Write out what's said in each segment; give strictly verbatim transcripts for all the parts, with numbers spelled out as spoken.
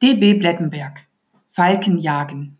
D B Blettenberg Falken jagen.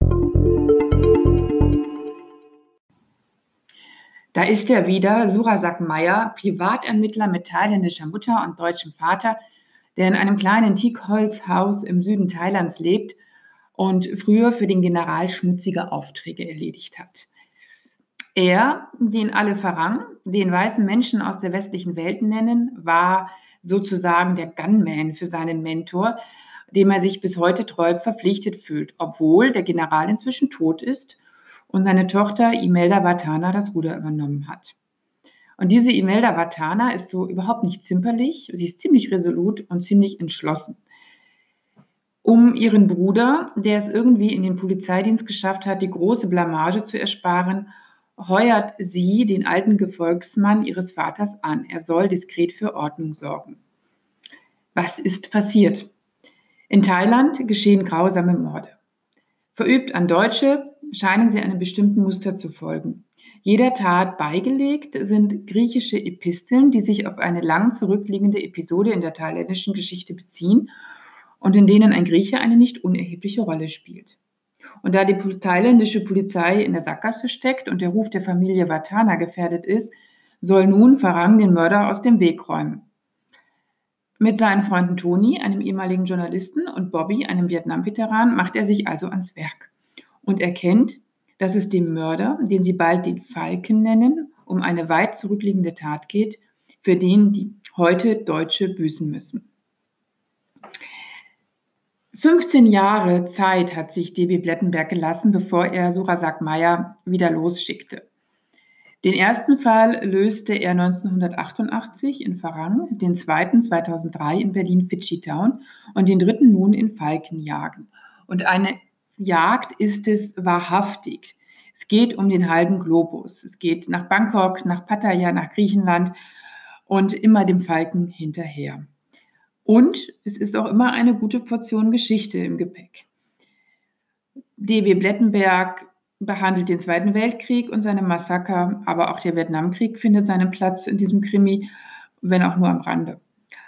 Da ist er wieder, Surasak Meyer, Privatermittler mit thailändischer Mutter und deutschem Vater, der in einem kleinen Teakholzhaus im Süden Thailands lebt und früher für den General schmutzige Aufträge erledigt hat. Er, den alle Farang, den weißen Menschen aus der westlichen Welt nennen, war sozusagen der Gunman für seinen Mentor, dem er sich bis heute treu verpflichtet fühlt, obwohl der General inzwischen tot ist und seine Tochter Imelda Wattana das Ruder übernommen hat. Und diese Imelda Wattana ist so überhaupt nicht zimperlich, sie ist ziemlich resolut und ziemlich entschlossen. Um ihren Bruder, der es irgendwie in den Polizeidienst geschafft hat, die große Blamage zu ersparen, heuert sie den alten Gefolgsmann ihres Vaters an. Er soll diskret für Ordnung sorgen. Was ist passiert? In Thailand geschehen grausame Morde. Verübt an Deutsche scheinen sie einem bestimmten Muster zu folgen. Jeder Tat beigelegt sind griechische Episteln, die sich auf eine lang zurückliegende Episode in der thailändischen Geschichte beziehen und in denen ein Grieche eine nicht unerhebliche Rolle spielt. Und da die thailändische Polizei in der Sackgasse steckt und der Ruf der Familie Wattana gefährdet ist, soll nun Farang den Mörder aus dem Weg räumen. Mit seinen Freunden Tony, einem ehemaligen Journalisten, und Bobby, einem Vietnam-Veteran, macht er sich also ans Werk und erkennt, dass es dem Mörder, den sie bald den Falken nennen, um eine weit zurückliegende Tat geht, für den die heute Deutsche büßen müssen. fünfzehn Jahre Zeit hat sich D B Blettenberg gelassen, bevor er Surasak Meyer wieder losschickte. Den ersten Fall löste er neunzehnhundertachtundachtzig in Farang, den zweiten zweitausenddrei in Berlin-Fidschi-Town und den dritten nun in Falkenjagen. Und eine Jagd ist es wahrhaftig. Es geht um den halben Globus. Es geht nach Bangkok, nach Pattaya, nach Griechenland und immer dem Falken hinterher. Und es ist auch immer eine gute Portion Geschichte im Gepäck. D B Blettenberg behandelt den Zweiten Weltkrieg und seine Massaker, aber auch der Vietnamkrieg findet seinen Platz in diesem Krimi, wenn auch nur am Rande.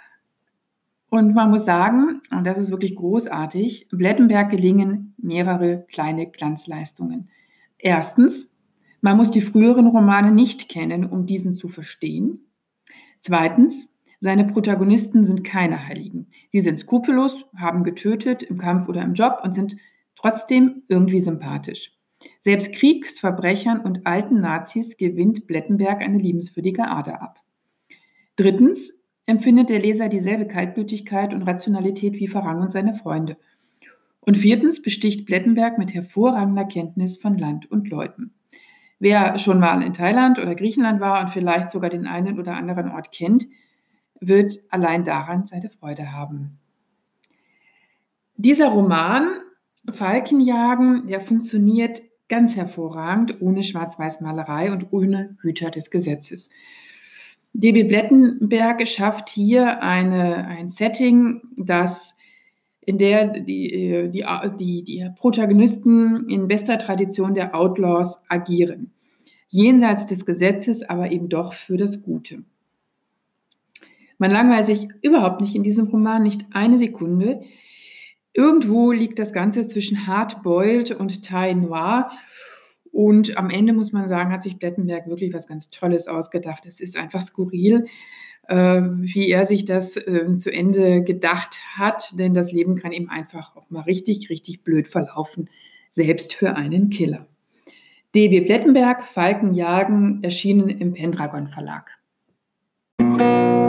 Und man muss sagen, und das ist wirklich großartig, Blettenberg gelingen mehrere kleine Glanzleistungen. Erstens, man muss die früheren Romane nicht kennen, um diesen zu verstehen. Zweitens, seine Protagonisten sind keine Heiligen. Sie sind skrupellos, haben getötet im Kampf oder im Job und sind trotzdem irgendwie sympathisch. Selbst Kriegsverbrechern und alten Nazis gewinnt Blettenberg eine liebenswürdige Ader ab. Drittens empfindet der Leser dieselbe Kaltblütigkeit und Rationalität wie Farang und seine Freunde. Und viertens besticht Blettenberg mit hervorragender Kenntnis von Land und Leuten. Wer schon mal in Thailand oder Griechenland war und vielleicht sogar den einen oder anderen Ort kennt, wird allein daran seine Freude haben. Dieser Roman Falkenjagen, der funktioniert ganz hervorragend ohne Schwarz-Weiß-Malerei und ohne Hüter des Gesetzes. D B Blettenberg schafft hier eine, ein Setting, das, in der die, die, die, die Protagonisten in bester Tradition der Outlaws agieren. Jenseits des Gesetzes, aber eben doch für das Gute. Man langweilt sich überhaupt nicht in diesem Roman, nicht eine Sekunde. Irgendwo liegt das Ganze zwischen Hard-Boiled und Thai Noir. Und am Ende, muss man sagen, hat sich Blettenberg wirklich was ganz Tolles ausgedacht. Es ist einfach skurril, äh, wie er sich das äh, zu Ende gedacht hat. Denn das Leben kann eben einfach auch mal richtig, richtig blöd verlaufen, selbst für einen Killer. D B Blettenberg, Falkenjagen, erschienen im Pendragon Verlag.